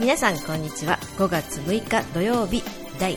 皆さんこんにちは。5月6日土曜日、第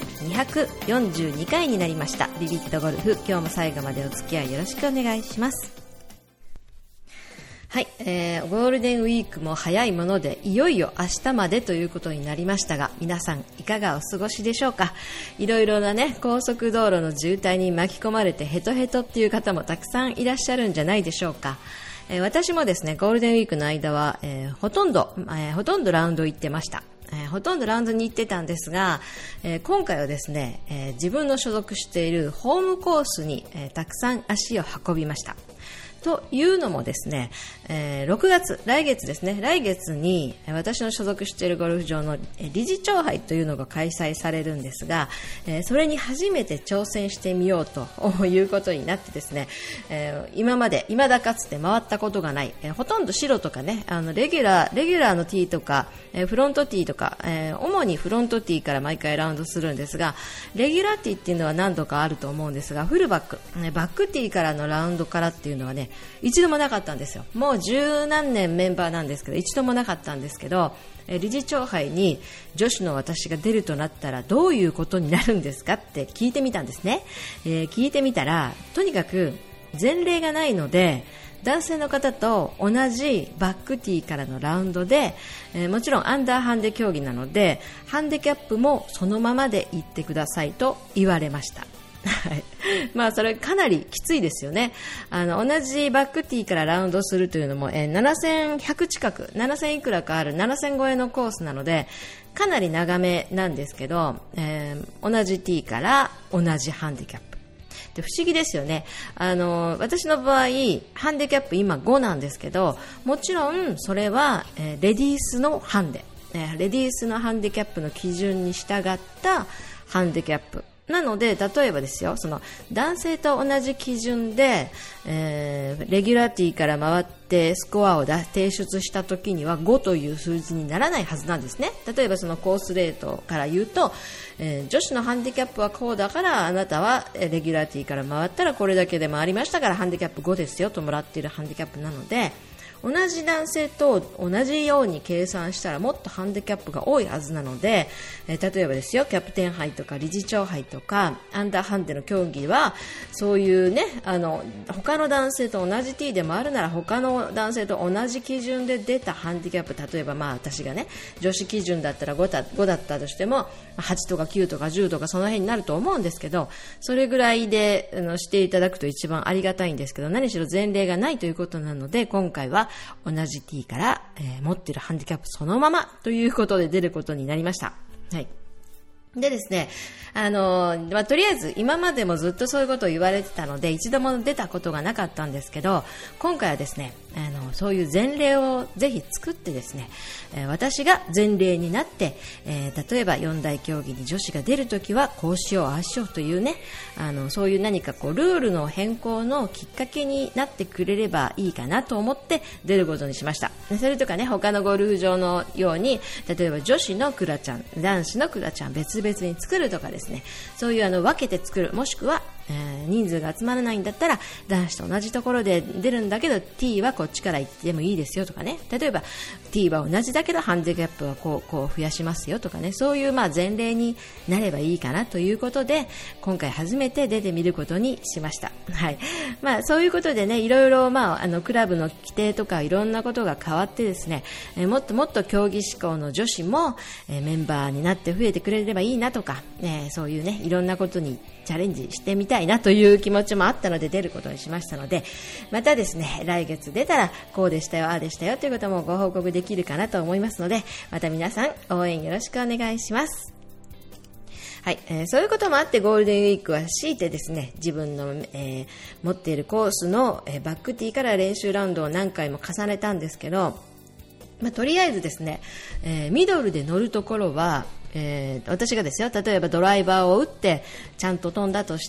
242回になりましたビビットゴルフ。今日も最後までお付き合いよろしくお願いします。はい、ゴールデンウィークも早いものでいよいよ明日までということになりましたが、皆さんいかがお過ごしでしょうか。いろいろなね、高速道路の渋滞に巻き込まれてヘトヘトっていう方もたくさんいらっしゃるんじゃないでしょうか。私もですね、ゴールデンウィークの間は、ほとんどラウンド行ってました。ほとんどラウンドに行ってたんですが、今回はですね、自分の所属しているホームコースに、たくさん足を運びました。というのもですね、6月、来月ですね、来月に私の所属しているゴルフ場の理事長杯というのが開催されるんですが、それに初めて挑戦してみようということになってですね、未だかつて回ったことがない、ほとんど白とかね、レギュラーのティーとか、フロントティーとか、主にフロントティーから毎回ラウンドするんですが、レギュラーティーっていうのは何度かあると思うんですが、フルバック、バックティーからのラウンドからっていうのはね、一度もなかったんですよ。もう十何年メンバーなんですけど、一度もなかったんですけど、理事長杯に女子の私が出るとなったらどういうことになるんですかって聞いてみたんですね。聞いてみたら、とにかく前例がないので、男性の方と同じバックティーからのラウンドで、もちろんアンダーハンデ競技なので、ハンデキャップもそのままで行ってくださいと言われました。まあそれかなりきついですよね。同じバックティーからラウンドするというのも、7100近く、7000いくらかある7000超えのコースなので、かなり長めなんですけど、同じティーから同じハンデキャップで、不思議ですよね。私の場合ハンデキャップ今5なんですけど、もちろんそれは、レディースのハンデ、レディースのハンデキャップの基準に従ったハンデキャップなので、例えばですよ、その男性と同じ基準で、レギュラーティーから回ってスコアを提出した時には5という数字にならないはずなんですね。例えばそのコースレートから言うと、女子のハンディキャップはこうだから、あなたはレギュラーティーから回ったらこれだけで回りましたからハンディキャップ5ですよともらっているハンディキャップなので、同じ男性と同じように計算したらもっとハンデキャップが多いはずなので、例えばですよ、キャプテン杯とか理事長杯とかアンダーハンデの競技はそういうね、他の男性と同じティーで回るなら他の男性と同じ基準で出たハンデキャップ、例えば私がね、女子基準だったら5だったとしても8とか9とか10とかその辺になると思うんですけど、それぐらいでしていただくと一番ありがたいんですけど、何しろ前例がないということなので、今回は同じティーから、持っているハンディキャップそのままということで出ることになりました。はい。でですね、とりあえず今までもずっとそういうことを言われてたので一度も出たことがなかったんですけど、今回はですね、そういう前例をぜひ作ってですね、私が前例になって、例えば四大競技に女子が出るときはこうしようああしようというね、そういう何かこうルールの変更のきっかけになってくれればいいかなと思って出ることにしました。それとかね、他のゴルフ場のように、例えば女子のクラちゃん、男子のクラちゃん別々に作るとかですね、そういう分けて作る、もしくは、人数が集まらないんだったら男子と同じところで出るんだけど T はこっちから行ってもいいですよとかね、例えば T は同じだけどハンデキャップはこう増やしますよとかね、そういう前例になればいいかなということで今回初めて出てみることにしました。はい。そういうことでね、いろいろクラブの規定とかいろんなことが変わってですね、もっともっと競技志向の女子も、メンバーになって増えてくれればいいなとか、そういうね、いろんなことにチャレンジしてみたいなという気持ちもあったので出ることにしましたので、またですね、来月出たらこうでしたよああでしたよということもご報告できるかなと思いますので、また皆さん応援よろしくお願いします。はい、そういうこともあってゴールデンウィークは強いてですね、自分の、持っているコースの、バックティーから練習ラウンドを何回も重ねたんですけど、とりあえずですね、ミドルで乗るところは私がですよ、例えばドライバーを打ってちゃんと飛んだとして、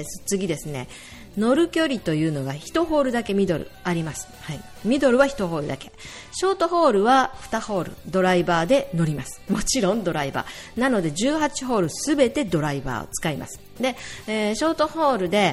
次ですね、乗る距離というのが1ホールだけミドルあります。はい、ミドルは1ホールだけ、ショートホールは2ホールドライバーで乗ります。もちろんドライバーなので18ホールすべてドライバーを使います。で、ショートホールで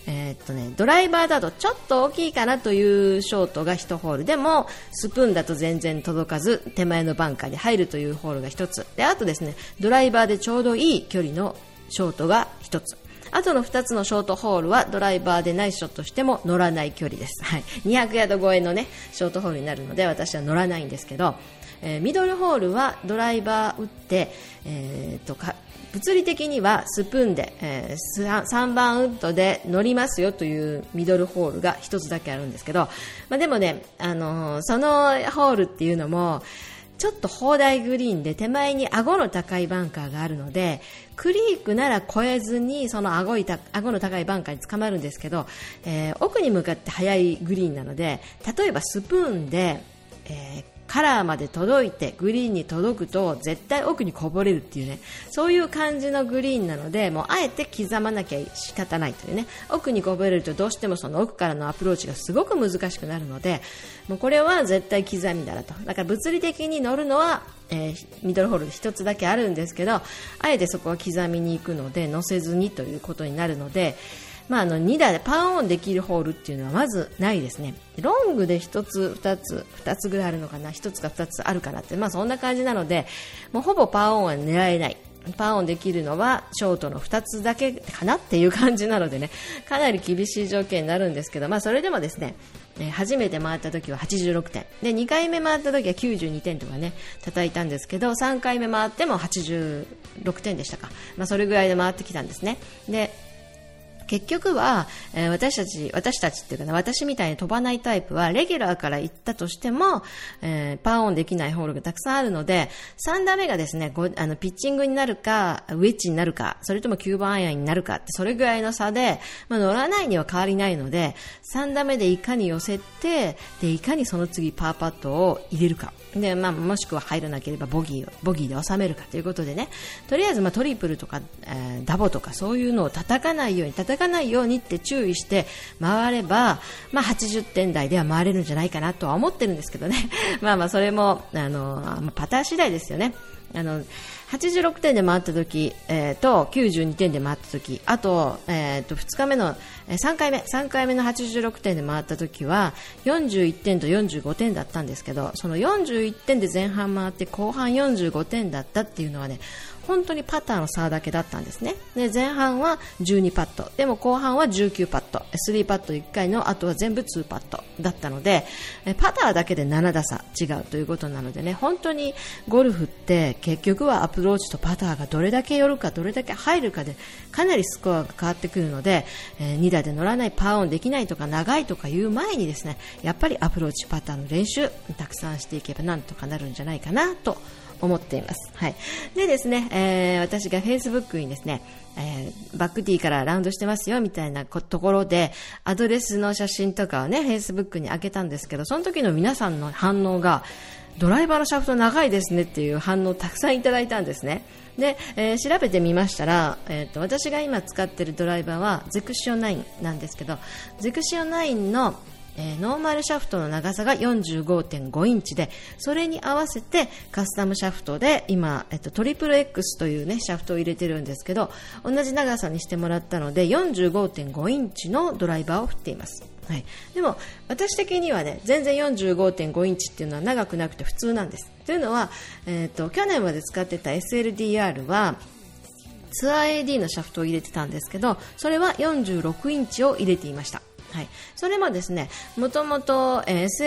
ドライバーだとちょっと大きいかなというショートが1ホールでも、スプーンだと全然届かず手前のバンカーに入るというホールが1つで、あとですね、ドライバーでちょうどいい距離のショートが1つ、あとの2つのショートホールはドライバーでナイスショットしても乗らない距離です。はい、200ヤード超えのねショートホールになるので私は乗らないんですけど、ミドルホールはドライバー打って、物理的にはスプーンで、3番ウッドで乗りますよというミドルホールが1つだけあるんですけど、でもね、そのホールっていうのもちょっと砲台グリーンで手前に顎の高いバンカーがあるので、クリークなら越えずにその顎の高いバンカーに捕まるんですけど、奥に向かって速いグリーンなので、例えばスプーンで、カラーまで届いてグリーンに届くと絶対奥にこぼれるっていうね、そういう感じのグリーンなので、もうあえて刻まなきゃ仕方ないというね、奥にこぼれるとどうしてもその奥からのアプローチがすごく難しくなるので、もうこれは絶対刻みだなと。だから物理的に乗るのは、ミドルホールで一つだけあるんですけど、あえてそこは刻みに行くので乗せずにということになるので、2打でパンオンできるホールっていうのはまずないですね。ロングで1つ2つぐらいあるのかな、1つか2つあるかなって、そんな感じなので、もうほぼパンオンは狙えない。パンオンできるのはショートの2つだけかなっていう感じなのでね、かなり厳しい条件になるんですけど、それでもですね、初めて回った時は86点で、2回目回った時は92点とかね叩いたんですけど、3回目回っても86点でしたか。それぐらいで回ってきたんですね。で結局は、私たちっていうかな、私みたいに飛ばないタイプはレギュラーから行ったとしても、パーオンできないホールがたくさんあるので、3打目がですね、ピッチングになるかウェッジになるか、それとも9番アイアンになるかって、それぐらいの差で、乗らないには変わりないので、3打目でいかに寄せて、でいかにその次パーパットを入れるかで、もしくは入らなければボギーで収めるかということでね、とりあえずトリプルとか、ダボとかそういうのを叩かないようにって注意して回れば、80点台では回れるんじゃないかなとは思ってるんですけどねそれもパター次第ですよね。86点で回った時、と92点で回った時、あと、2日目の3回目の86点で回った時は41点と45点だったんですけど、その41点で前半回って後半45点だったっていうのはね、本当にパターの差だけだったんですね。で前半は12パットでも後半は19パット、3パット1回の後は全部2パットだったので、パターだけで7打差違うということなのでね、本当にゴルフって結局はアプローチとパターがどれだけ寄るかどれだけ入るかでかなりスコアが変わってくるので、2打で乗らない、パーオンできないとか長いとかいう前にですね、やっぱりアプローチパターの練習たくさんしていけばなんとかなるんじゃないかなと思っています。はい。でですね、私が Facebook にですね、バックティーからラウンドしてますよみたいなところでアドレスの写真とかをね Facebook に上げたんですけど、その時の皆さんの反応がドライバーのシャフト長いですねっていう反応をたくさんいただいたんですね。で、調べてみましたら、私が今使っているドライバーはゼクシオ9なんですけど、ゼクシオ9のノーマルシャフトの長さが 45.5 インチで、それに合わせてカスタムシャフトで今、トリプル X というねシャフトを入れてるんですけど、同じ長さにしてもらったので 45.5 インチのドライバーを振っています。はい、でも私的にはね、全然 45.5 インチっていうのは長くなくて普通なんです。というのは、去年まで使ってた SLDR はツアー AD のシャフトを入れてたんですけど、それは46インチを入れていました。はい、それもですね、もともと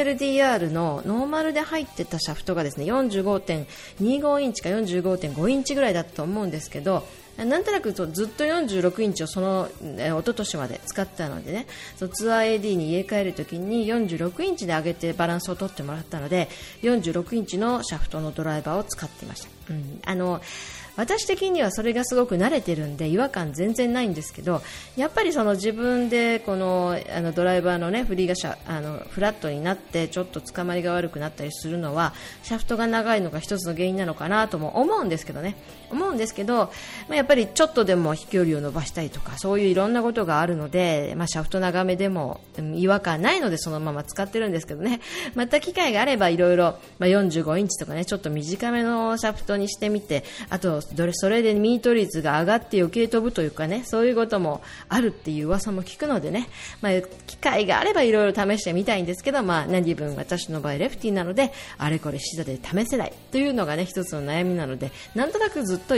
SLDR のノーマルで入ってたシャフトがですね 45.25 インチか 45.5 インチぐらいだったと思うんですけど、なんとなくずっと46インチをその一昨年まで使ったのでね、ツアー AD に入れ替えるときに46インチで上げてバランスを取ってもらったので、46インチのシャフトのドライバーを使っていました。私的にはそれがすごく慣れてるんで違和感全然ないんですけど、やっぱりその自分でこのドライバーのね振りがフラットになってちょっと捕まりが悪くなったりするのはシャフトが長いのが一つの原因なのかなとも思うんですけど、やっぱりちょっとでも飛距離を伸ばしたいとかそういういろんなことがあるので、シャフト長めでも違和感ないのでそのまま使ってるんですけどね、また機会があればいろいろ45インチとかねちょっと短めのシャフトにしてみて、あとそれでミート率が上がって余計飛ぶというかね、そういうこともあるっていう噂も聞くのでね、機会があればいろいろ試してみたいんですけど、何分私の場合レフティーなのであれこれシダで試せないというのがね一つの悩みなので、なんとなくずっと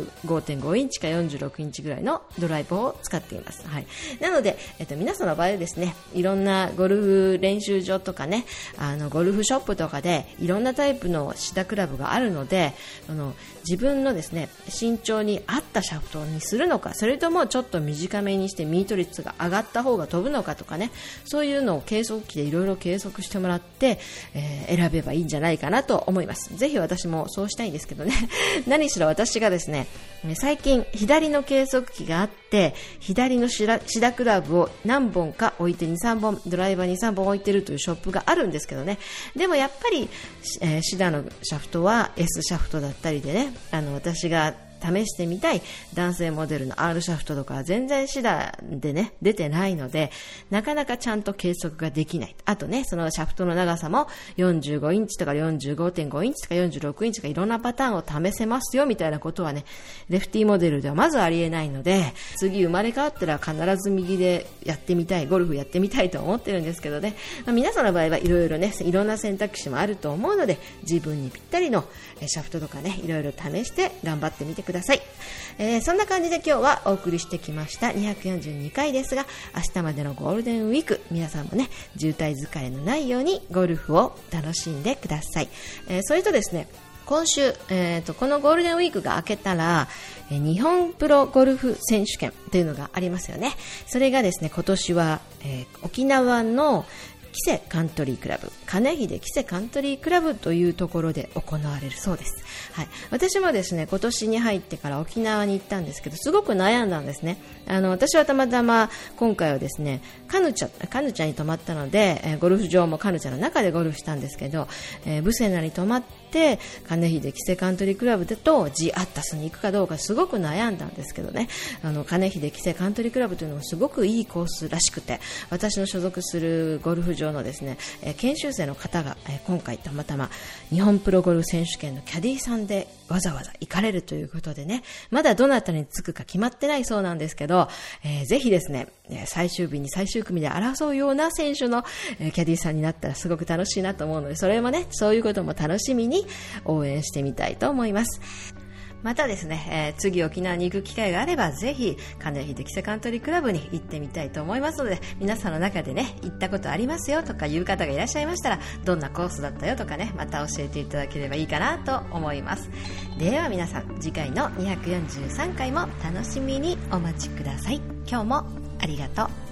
45.5 インチか46インチぐらいのドライバーを使っています。はい、なので、皆さんの場合ですね、いろんなゴルフ練習場とかね、ゴルフショップとかでいろんなタイプのシダクラブがあるので、自分のですね身長に合ったシャフトにするのか、それともちょっと短めにしてミート率が上がった方が飛ぶのかとかね、そういうのを計測器でいろいろ計測してもらって、選べばいいんじゃないかなと思います。ぜひ私もそうしたいんですけどね何しろ私がですね、最近左の計測器があって、左のシダクラブを何本か置いて 2,3 本ドライバー 2,3 本置いてるというショップがあるんですけどね、でもやっぱり、シダのシャフトは S シャフトだったりでね、私が試してみたい男性モデルの R シャフトとかは全然シダでね出てないので、なかなかちゃんと計測ができない。あとね、そのシャフトの長さも45インチとか 45.5 インチとか46インチとかいろんなパターンを試せますよみたいなことはね、レフティーモデルではまずありえないので、次生まれ変わったら必ず右でやってみたい、ゴルフやってみたいと思ってるんですけどね、皆さんの場合はいろいろね、いろんな選択肢もあると思うので、自分にぴったりのシャフトとかね、いろいろ試して頑張ってみてください。そんな感じで今日はお送りしてきました242回ですが、明日までのゴールデンウィーク、皆さんもね渋滞疲れのないようにゴルフを楽しんでください。それとですね、今週、このゴールデンウィークが明けたら、日本プロゴルフ選手権というのがありますよね。それがですね、今年は、沖縄のキセカントリークラブ、金秀キセカントリークラブというところで行われるそうです。はい、私もですね、今年に入ってから沖縄に行ったんですけど、すごく悩んだんですね。私はたまたま今回はですね、カヌチャに泊まったので、ゴルフ場もカヌチャの中でゴルフしたんですけど、ブセナに泊まって金秀キセカントリークラブだとジアッタスに行くかどうかすごく悩んだんですけどね、金秀キセカントリークラブというのもすごくいいコースらしくて、私の所属するゴルフ場のですね、研修生の方が、今回たまたま日本プロゴルフ選手権のキャディーさんでわざわざ行かれるということでね、まだどなたにつくか決まってないそうなんですけど、ぜひですね、最終日に最終組で争うような選手の、キャディーさんになったらすごく楽しいなと思うので、それもね、そういうことも楽しみに応援してみたいと思います。またですね、次沖縄に行く機会があれば、ぜひ金秀キセカントリークラブに行ってみたいと思いますので、皆さんの中でね、行ったことありますよとかいう方がいらっしゃいましたら、どんなコースだったよとかね、また教えていただければいいかなと思います。では皆さん、次回の243回も楽しみにお待ちください。今日もありがとう。